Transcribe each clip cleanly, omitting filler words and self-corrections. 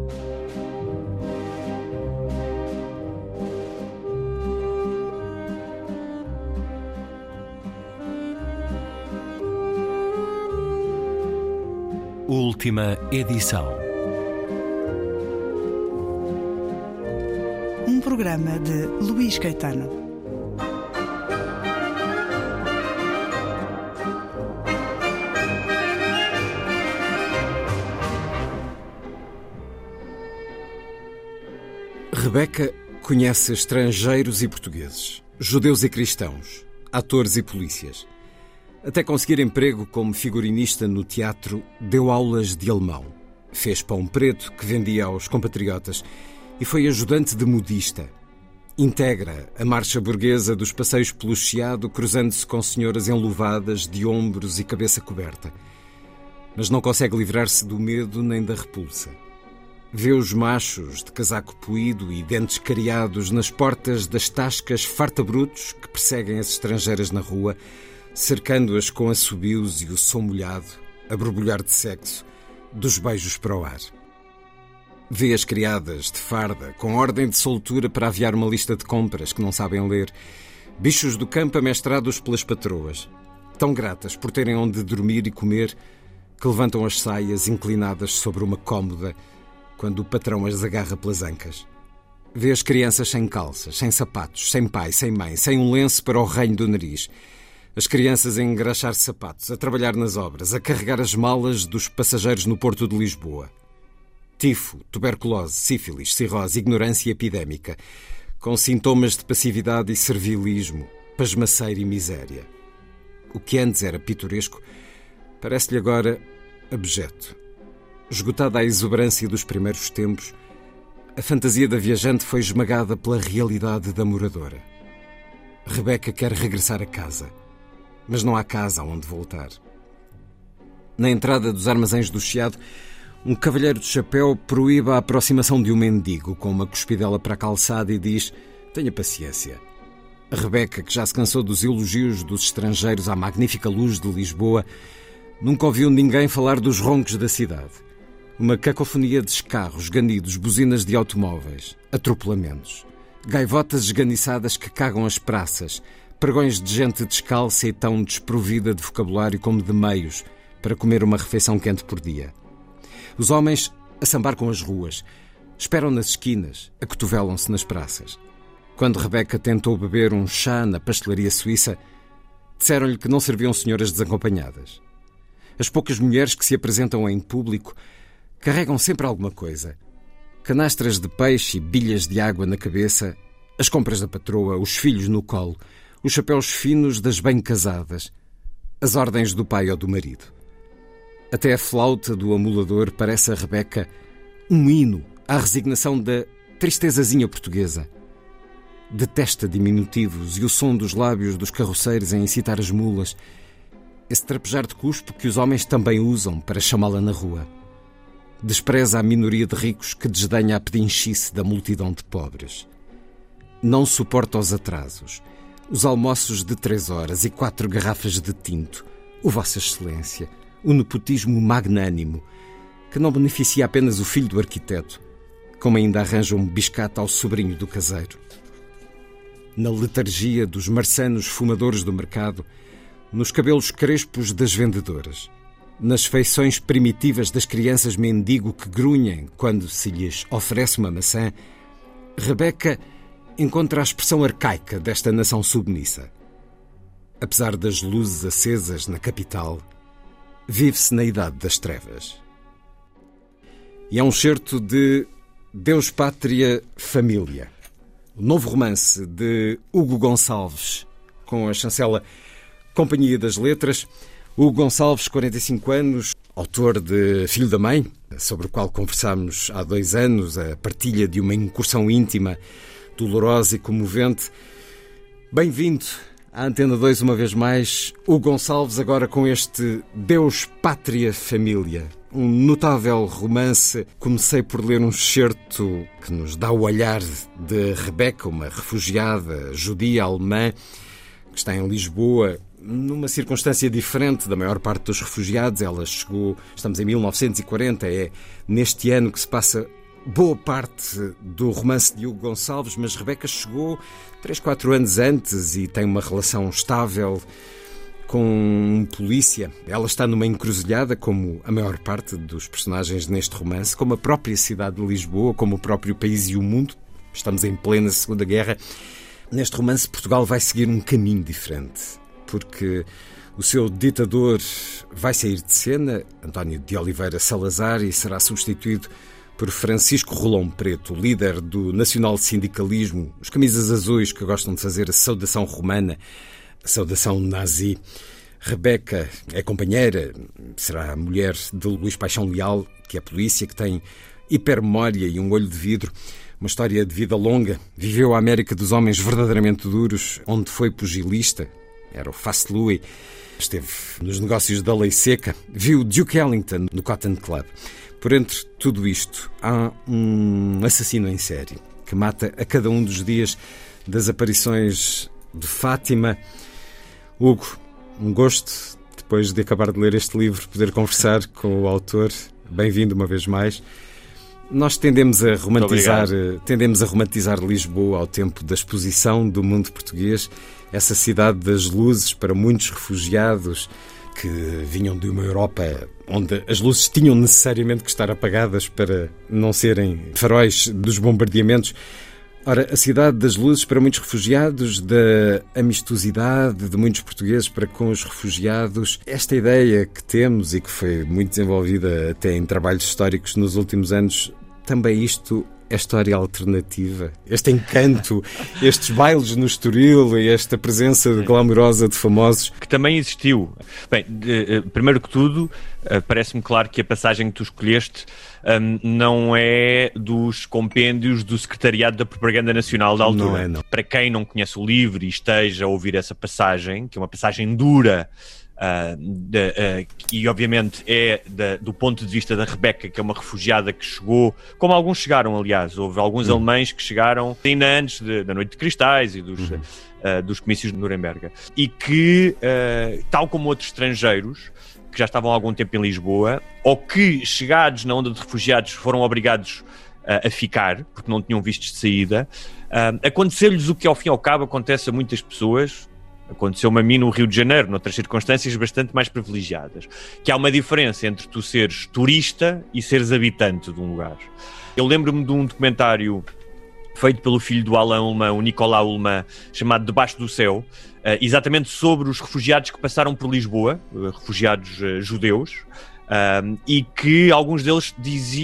Última edição. Um programa de Luís Caetano. Rebeca conhece estrangeiros e portugueses, judeus e cristãos, atores e polícias. Até conseguir emprego como figurinista no teatro, deu aulas de alemão. Fez pão preto que vendia aos compatriotas e foi ajudante de modista. Integra a marcha burguesa dos passeios pelo Chiado, cruzando-se com senhoras enluvadas, de ombros e cabeça coberta. Mas não consegue livrar-se do medo nem da repulsa. Vê os machos de casaco poído e dentes cariados nas portas das tascas fartabrutos que perseguem as estrangeiras na rua, cercando-as com assobios e o som molhado, a borbulhar de sexo, dos beijos para o ar. Vê as criadas de farda, com ordem de soltura para aviar uma lista de compras que não sabem ler, bichos do campo amestrados pelas patroas, tão gratas por terem onde dormir e comer, que levantam as saias inclinadas sobre uma cômoda quando o patrão as agarra pelas ancas. Vê as crianças sem calças, sem sapatos, sem pai, sem mãe, sem um lenço para o reino do nariz. As crianças a engraxar sapatos, a trabalhar nas obras, a carregar as malas dos passageiros no porto de Lisboa. Tifo, tuberculose, sífilis, cirrose, ignorância epidémica, com sintomas de passividade e servilismo, pasmaceira e miséria. O que antes era pitoresco, parece-lhe agora abjeto. Esgotada a exuberância dos primeiros tempos, a fantasia da viajante foi esmagada pela realidade da moradora. Rebeca quer regressar a casa, mas não há casa aonde voltar. Na entrada dos armazéns do Chiado, um cavalheiro de chapéu proíbe a aproximação de um mendigo com uma cuspidela para a calçada e diz: tenha paciência. A Rebeca, que já se cansou dos elogios dos estrangeiros à magnífica luz de Lisboa, nunca ouviu ninguém falar dos roncos da cidade. Uma cacofonia de escarros, ganidos, buzinas de automóveis, atropelamentos, gaivotas esganiçadas que cagam as praças, pregões de gente descalça e tão desprovida de vocabulário como de meios para comer uma refeição quente por dia. Os homens a sambar com as ruas, esperam nas esquinas, acotovelam-se nas praças. Quando Rebeca tentou beber um chá na pastelaria suíça, disseram-lhe que não serviam senhoras desacompanhadas. As poucas mulheres que se apresentam em público carregam sempre alguma coisa. Canastras de peixe e bilhas de água na cabeça, as compras da patroa, os filhos no colo, os chapéus finos das bem-casadas, as ordens do pai ou do marido. Até a flauta do amulador parece a Rebeca um hino à resignação da tristezazinha portuguesa. Detesta diminutivos e o som dos lábios dos carroceiros a incitar as mulas, esse trapejar de cuspo que os homens também usam para chamá-la na rua. Despreza a minoria de ricos que desdenha a pedinchice da multidão de pobres. Não suporta os atrasos, os almoços de 3 horas e 4 garrafas de tinto, o Vossa Excelência, o nepotismo magnânimo, que não beneficia apenas o filho do arquiteto, como ainda arranja um biscate ao sobrinho do caseiro. Na letargia dos marçanos fumadores do mercado, nos cabelos crespos das vendedoras, nas feições primitivas das crianças mendigo que grunhem quando se lhes oferece uma maçã, Rebeca encontra a expressão arcaica desta nação submissa. Apesar das luzes acesas na capital, vive-se na idade das trevas. E é um certo de Deus, Pátria, Família, o novo romance de Hugo Gonçalves, com a chancela Companhia das Letras. Hugo Gonçalves, 45 anos, autor de Filho da Mãe, sobre o qual conversámos há 2 anos, a partilha de uma incursão íntima, dolorosa e comovente. Bem-vindo à Antena 2 uma vez mais. Hugo Gonçalves, agora com este Deus, Pátria, Família. Um notável romance. Comecei por ler um excerto que nos dá o olhar de Rebeca, uma refugiada judia alemã, que está em Lisboa, numa circunstância diferente da maior parte dos refugiados. Ela chegou, estamos em 1940, é neste ano que se passa boa parte do romance de Hugo Gonçalves, mas Rebeca chegou 3, 4 anos antes e tem uma relação estável com um polícia. Ela está numa encruzilhada, como a maior parte dos personagens neste romance, como a própria cidade de Lisboa, como o próprio país e o mundo. Estamos em plena Segunda Guerra. Neste romance, Portugal vai seguir um caminho diferente, porque o seu ditador vai sair de cena, António de Oliveira Salazar, e será substituído por Francisco Rolão Preto, líder do nacional-sindicalismo, os camisas azuis que gostam de fazer a saudação romana, a saudação nazi. Rebeca é companheira, será a mulher de Luís Paixão Leal, que é polícia, que tem hipermemória e um olho de vidro. Uma história de vida longa. Viveu a América dos homens verdadeiramente duros, onde foi pugilista. Era o Fast Louis. Esteve nos negócios da lei seca. Viu Duke Ellington no Cotton Club. Por entre tudo isto, há um assassino em série que mata a cada um dos dias das aparições de Fátima. Hugo, um gosto, depois de acabar de ler este livro, poder conversar com o autor. Bem-vindo uma vez mais. Nós tendemos a romantizar Lisboa ao tempo da exposição do mundo português, essa cidade das luzes para muitos refugiados que vinham de uma Europa onde as luzes tinham necessariamente que estar apagadas para não serem faróis dos bombardeamentos. Ora, a cidade das luzes para muitos refugiados, da amistosidade de muitos portugueses para com os refugiados. Esta ideia que temos e que foi muito desenvolvida até em trabalhos históricos nos últimos anos, também isto é história alternativa. Este encanto, estes bailes no Estoril e esta presença glamourosa de famosos. Que também existiu. Bem, primeiro que tudo, parece-me claro que a passagem que tu escolheste não é dos compêndios do Secretariado da Propaganda Nacional da altura. Não é, não. Para quem não conhece o livro e esteja a ouvir essa passagem, que é uma passagem dura, e obviamente do ponto de vista da Rebeca, que é uma refugiada que chegou, como alguns chegaram, aliás, houve alguns alemães que chegaram ainda antes da Noite de Cristais e dos comícios de Nuremberg, e que, tal como outros estrangeiros que já estavam há algum tempo em Lisboa, ou que, chegados na onda de refugiados, foram obrigados a ficar, porque não tinham vistos de saída, aconteceu-lhes o que ao fim e ao cabo acontece a muitas pessoas. Aconteceu-me a mim no Rio de Janeiro, noutras circunstâncias bastante mais privilegiadas, que há uma diferença entre tu seres turista e seres habitante de um lugar. Eu lembro-me de um documentário feito pelo filho do Alain Ullmann, o Nicolas Ullmann, chamado Debaixo do Céu, exatamente sobre os refugiados que passaram por Lisboa, refugiados judeus, e que alguns deles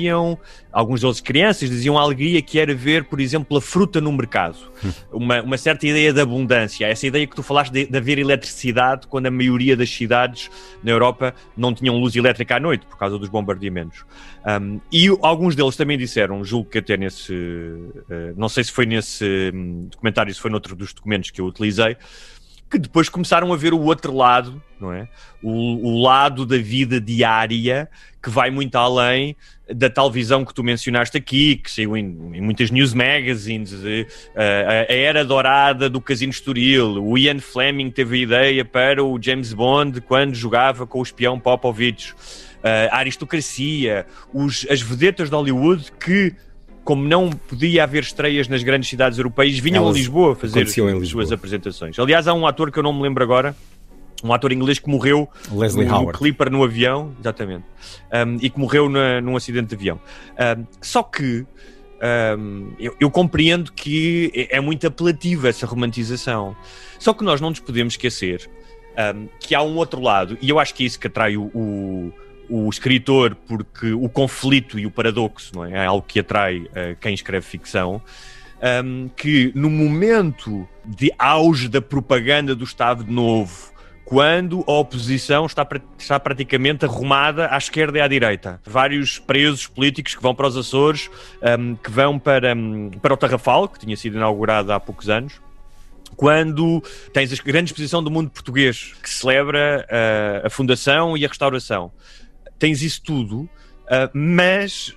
crianças, diziam a alegria que era ver, por exemplo, a fruta no mercado. Uma certa ideia de abundância. Essa ideia que tu falaste de haver eletricidade quando a maioria das cidades na Europa não tinham luz elétrica à noite por causa dos bombardeamentos. E alguns deles também disseram, julgo que até nesse... não sei se foi nesse documentário, se foi noutro dos documentos que eu utilizei, que depois começaram a ver o outro lado, não é? O lado da vida diária, que vai muito além da tal visão que tu mencionaste aqui, que saiu em muitas news magazines, a era dourada do Casino Estoril. O Ian Fleming teve a ideia para o James Bond quando jogava com o espião Popovich. A aristocracia, as vedetas de Hollywood que, como não podia haver estreias nas grandes cidades europeias, vinham a Lisboa fazer as suas apresentações. Aliás, há um ator que eu não me lembro agora, um ator inglês que morreu no Clipper no avião, exatamente, e que morreu num acidente de avião. Só que eu compreendo que é muito apelativa essa romantização. Só que nós não nos podemos esquecer que há um outro lado, e eu acho que é isso que atrai o escritor, porque o conflito e o paradoxo, não é algo que atrai quem escreve ficção, que no momento de auge da propaganda do Estado Novo, quando a oposição está praticamente arrumada à esquerda e à direita, vários presos políticos que vão para os Açores, que vão para o Tarrafal, que tinha sido inaugurado há poucos anos, quando tens a grande exposição do mundo português, que celebra a fundação e a restauração. Tens isso tudo, mas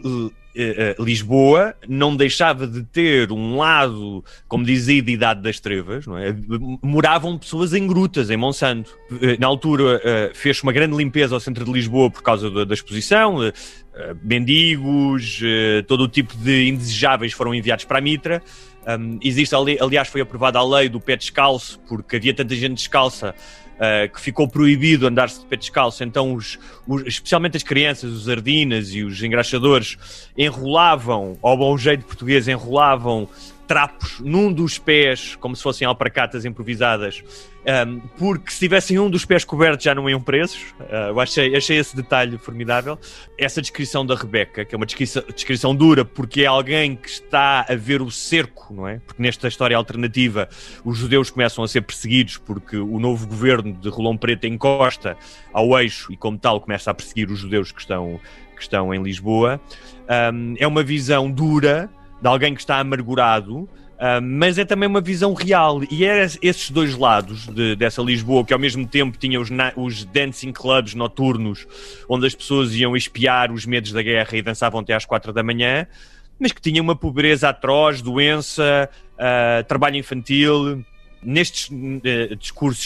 Lisboa não deixava de ter um lado, como dizia, de Idade das Trevas, não é? Moravam pessoas em grutas, em Monsanto. Na altura fez-se uma grande limpeza ao centro de Lisboa por causa da exposição, mendigos, todo o tipo de indesejáveis foram enviados para a Mitra. Aliás, foi aprovada a lei do pé descalço, porque havia tanta gente descalça que ficou proibido andar-se de pé descalço. Então, especialmente as crianças, os sardinas e os engraxadores, enrolavam, ao bom jeito português, enrolavam trapos num dos pés, como se fossem alparcatas improvisadas, porque se tivessem um dos pés cobertos já não iam presos. Eu achei esse detalhe formidável. Essa descrição da Rebeca, que é uma descrição dura, porque é alguém que está a ver o cerco, não é? Porque nesta história alternativa os judeus começam a ser perseguidos porque o novo governo de Rolão Preto encosta ao eixo e, como tal, começa a perseguir os judeus que estão em Lisboa. É uma visão dura de alguém que está amargurado, mas é também uma visão real, e é esses dois lados dessa Lisboa, que ao mesmo tempo tinha os dancing clubs noturnos, onde as pessoas iam espiar os medos da guerra e dançavam até às 4 da manhã, mas que tinha uma pobreza atroz, doença, trabalho infantil, nestes discursos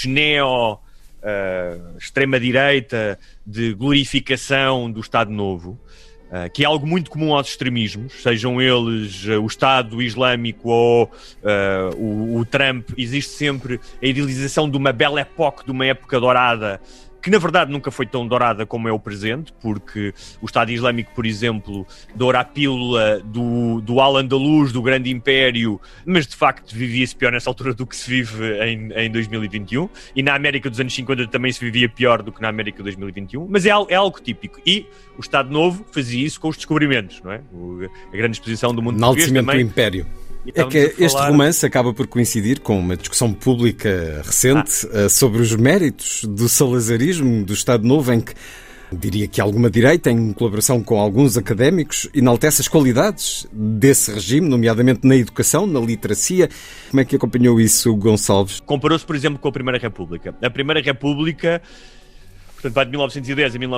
extrema-direita, de glorificação do Estado Novo, que é algo muito comum aos extremismos, sejam eles o Estado Islâmico ou o Trump. Existe sempre a idealização de uma bela época, de uma época dourada, que na verdade nunca foi tão dourada como é o presente, porque o Estado Islâmico, por exemplo, doura a pílula do Al-Andalus, do grande império, mas de facto vivia-se pior nessa altura do que se vive em 2021, e na América dos anos 50 também se vivia pior do que na América de 2021, mas é algo típico, e o Estado Novo fazia isso com os descobrimentos, não é? A grande exposição do mundo português também. Do Império. É que este romance acaba por coincidir com uma discussão pública recente sobre os méritos do salazarismo, do Estado Novo, em que diria que alguma direita, em colaboração com alguns académicos, enaltece as qualidades desse regime, nomeadamente na educação, na literacia. Como é que acompanhou isso, Gonçalves? Comparou-se, por exemplo, com a Primeira República. A Primeira República, portanto, vai de 1910 a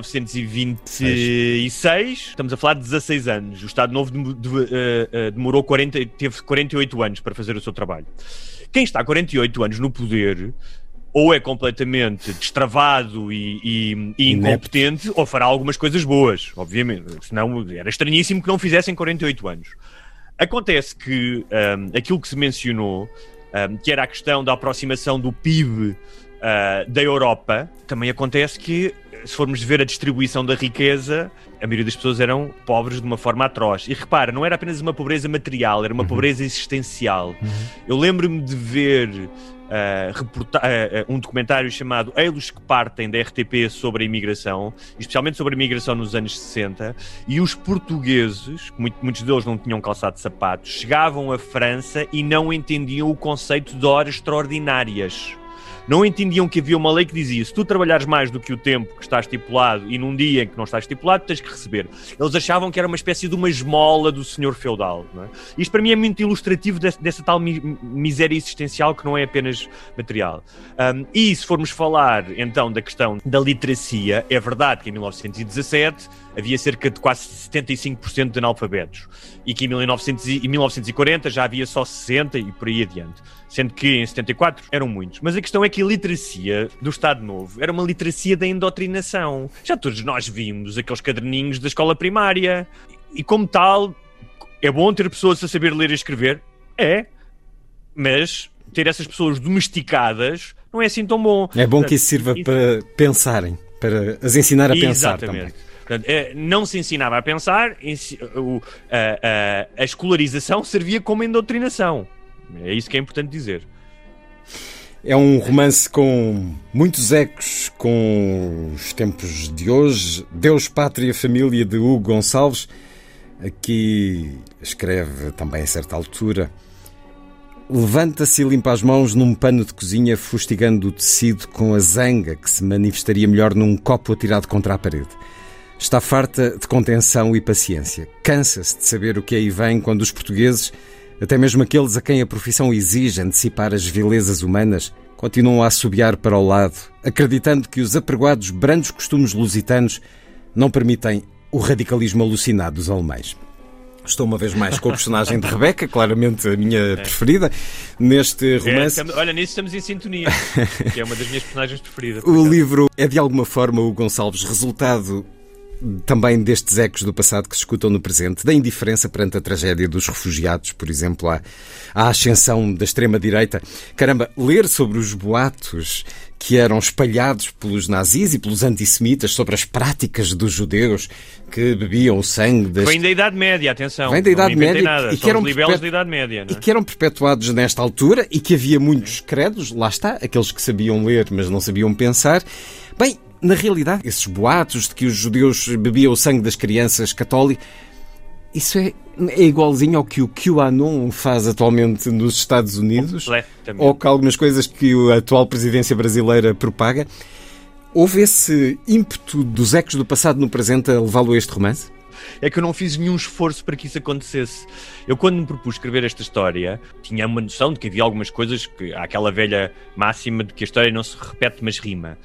1926, estamos a falar de 16 anos. O Estado Novo teve 48 anos para fazer o seu trabalho. Quem está 48 anos no poder, ou é completamente destravado e incompetente, ou fará algumas coisas boas, obviamente. Senão era estranhíssimo que não fizessem 48 anos. Acontece que aquilo que se mencionou, que era a questão da aproximação do PIB da Europa, também acontece que, se formos ver a distribuição da riqueza, a maioria das pessoas eram pobres de uma forma atroz. E repara, não era apenas uma pobreza material, era uma pobreza existencial. Eu lembro-me de ver um documentário chamado Eilos que Partem, da RTP, sobre a imigração, especialmente sobre a imigração nos anos 60, e os portugueses, muitos deles não tinham calçado de sapatos, chegavam à França e não entendiam o conceito de horas extraordinárias. Não entendiam que havia uma lei que dizia: se tu trabalhares mais do que o tempo que está estipulado e num dia em que não está estipulado, tens que receber. Eles achavam que era uma espécie de uma esmola do senhor feudal, não é? Isto para mim é muito ilustrativo dessa tal miséria existencial que não é apenas material. E se formos falar então da questão da literacia, é verdade que em 1917 havia cerca de quase 75% de analfabetos, e que em 1940 já havia só 60% e por aí adiante. Sendo que em 74 eram muitos. Mas a questão é que a literacia do Estado Novo era uma literacia da indoutrinação. Já todos nós vimos aqueles caderninhos da escola primária. E como tal, é bom ter pessoas a saber ler e escrever? É. Mas ter essas pessoas domesticadas não é assim tão bom. É bom que isso sirva para pensarem, para as ensinar a pensar. Exatamente. Também. Portanto, não se ensinava a pensar, a escolarização servia como indoutrinação. É isso que é importante dizer. É um romance com muitos ecos com os tempos de hoje. Deus, Pátria, Família, de Hugo Gonçalves. Aqui escreve também a certa altura: levanta-se e limpa as mãos num pano de cozinha, fustigando o tecido com a zanga que se manifestaria melhor num copo atirado contra a parede. Está farta de contenção e paciência. Cansa-se de saber o que aí vem quando os portugueses, até mesmo aqueles a quem a profissão exige antecipar as vilezas humanas, continuam a assobiar para o lado, acreditando que os apregoados brandos costumes lusitanos não permitem o radicalismo alucinado dos alemães. Estou uma vez mais com a personagem de Rebeca, claramente a minha preferida, neste romance. Olha, nisso estamos em sintonia, que é uma das minhas personagens preferidas. O livro é, de alguma forma, o Gonçalves, resultado também destes ecos do passado que se escutam no presente, da indiferença perante a tragédia dos refugiados, por exemplo, à ascensão da extrema-direita. Caramba, ler sobre os boatos que eram espalhados pelos nazis e pelos antissemitas sobre as práticas dos judeus que bebiam o sangue das... Vem da Idade Média, atenção. Vem da Idade Média nada. e que eram libelos da Idade Média, não é? E que eram perpetuados nesta altura e que havia muitos credos, lá está, aqueles que sabiam ler mas não sabiam pensar. Bem, na realidade, esses boatos de que os judeus bebiam o sangue das crianças católicas, isso é igualzinho ao que o QAnon faz atualmente nos Estados Unidos, ou que algumas coisas que a atual presidência brasileira propaga. Houve esse ímpeto dos ecos do passado no presente a levá-lo a este romance? É que eu não fiz nenhum esforço para que isso acontecesse. Eu, quando me propus escrever esta história, tinha uma noção de que havia algumas coisas que há aquela velha máxima de que a história não se repete, mas rima.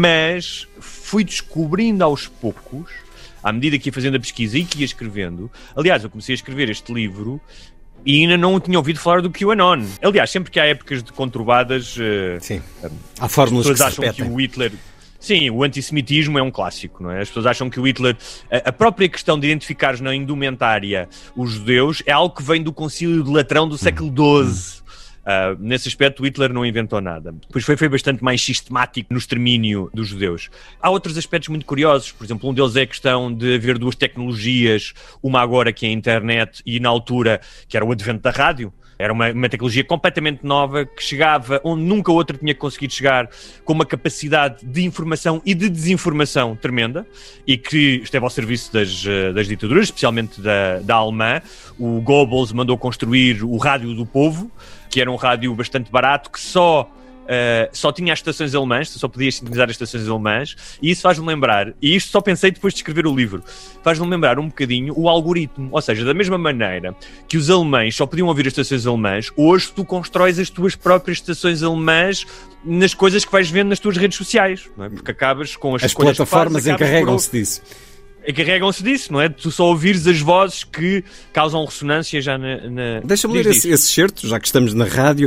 Mas fui descobrindo aos poucos, à medida que ia fazendo a pesquisa e que ia escrevendo. Aliás, eu comecei a escrever este livro e ainda não tinha ouvido falar do QAnon. Aliás, sempre que há épocas de conturbadas... Sim, há fórmulas que se acham repetem. Que o Hitler... Sim, o antissemitismo é um clássico, não é? As pessoas acham que o Hitler... A própria questão de identificar na indumentária os judeus é algo que vem do Concílio de Latrão do século XII. Nesse aspecto, o Hitler não inventou nada. Depois foi bastante mais sistemático no extermínio dos judeus. Há outros aspectos muito curiosos. Por exemplo, um deles é a questão de haver duas tecnologias, uma agora que é a internet e na altura que era o advento da rádio. Era uma tecnologia completamente nova que chegava onde nunca outra tinha conseguido chegar, com uma capacidade de informação e de desinformação tremenda e que esteve ao serviço das ditaduras, especialmente da alemã. O Goebbels mandou construir o Rádio do Povo, que era um rádio bastante barato, que só tinha as estações alemãs, só podia sintonizar as estações alemãs, e isso faz-me lembrar, e isto só pensei depois de escrever o livro, faz-me lembrar um bocadinho o algoritmo, ou seja, da mesma maneira que os alemães só podiam ouvir as estações alemãs, hoje tu constróis as tuas próprias estações alemãs nas coisas que vais vendo nas tuas redes sociais, não é? Porque acabas com as plataformas encarregam-se disso. Encarregam-se disso, não é? Tu só ouvires as vozes que causam ressonância já na... Deixa-me ler esse certo, já que estamos na rádio.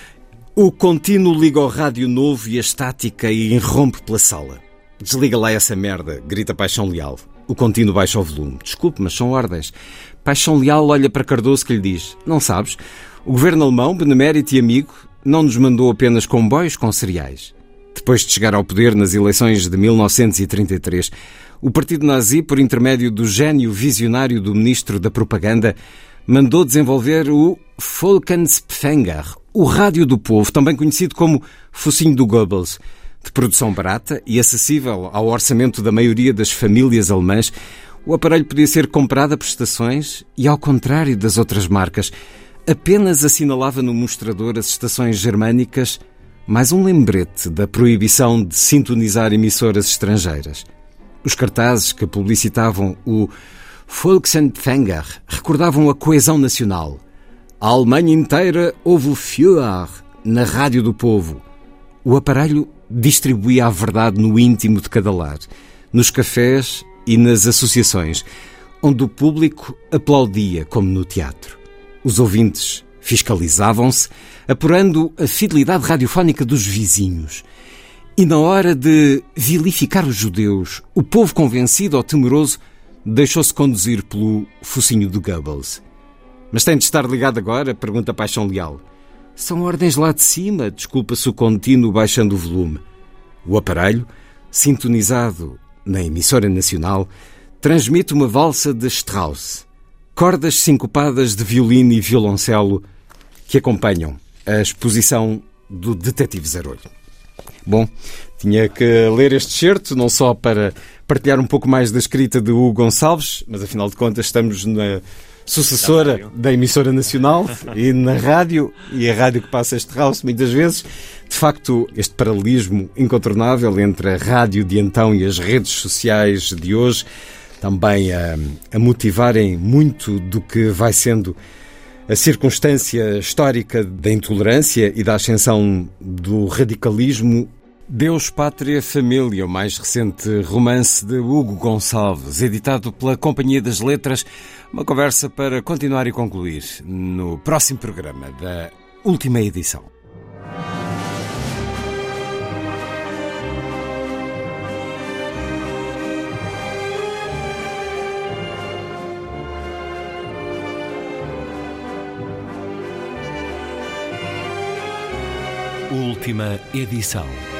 O contínuo liga ao rádio novo e a estática e irrompe pela sala. Desliga lá essa merda, grita Paixão Leal. O contínuo baixa o volume. Desculpe, mas são ordens. Paixão Leal olha para Cardoso que lhe diz: não sabes, o governo alemão, benemérito e amigo, não nos mandou apenas comboios com cereais. Depois de chegar ao poder nas eleições de 1933, o partido nazi, por intermédio do gênio visionário do ministro da propaganda, mandou desenvolver o Volksempfänger, o Rádio do Povo, também conhecido como Focinho do Goebbels. De produção barata e acessível ao orçamento da maioria das famílias alemãs, o aparelho podia ser comprado a prestações e, ao contrário das outras marcas, apenas assinalava no mostrador as estações germânicas, mais um lembrete da proibição de sintonizar emissoras estrangeiras. Os cartazes que publicitavam o Volksempfänger recordavam a coesão nacional. A Alemanha inteira ouve o Führer na Rádio do Povo. O aparelho distribuía a verdade no íntimo de cada lar, nos cafés e nas associações, onde o público aplaudia como no teatro. Os ouvintes fiscalizavam-se, apurando a fidelidade radiofónica dos vizinhos. E na hora de vilificar os judeus, o povo convencido ou temeroso deixou-se conduzir pelo focinho do Goebbels. Mas tem de estar ligado agora? Pergunta Paixão Leal. São ordens lá de cima, desculpa-se o contínuo baixando o volume. O aparelho, sintonizado na emissora nacional, transmite uma valsa de Strauss, cordas sincopadas de violino e violoncelo que acompanham a exposição do Detetive Zarolho. Bom, tinha que ler este excerto, não só para partilhar um pouco mais da escrita de Hugo Gonçalves, mas afinal de contas estamos na sucessora da emissora nacional e na rádio, e a rádio que passa este Strauss muitas vezes. De facto, este paralelismo incontornável entre a rádio de então e as redes sociais de hoje, também a motivarem muito do que vai sendo a circunstância histórica da intolerância e da ascensão do radicalismo. Deus, Pátria, Família, o mais recente romance de Hugo Gonçalves, editado pela Companhia das Letras. Uma conversa para continuar e concluir no próximo programa da última edição. Última edição.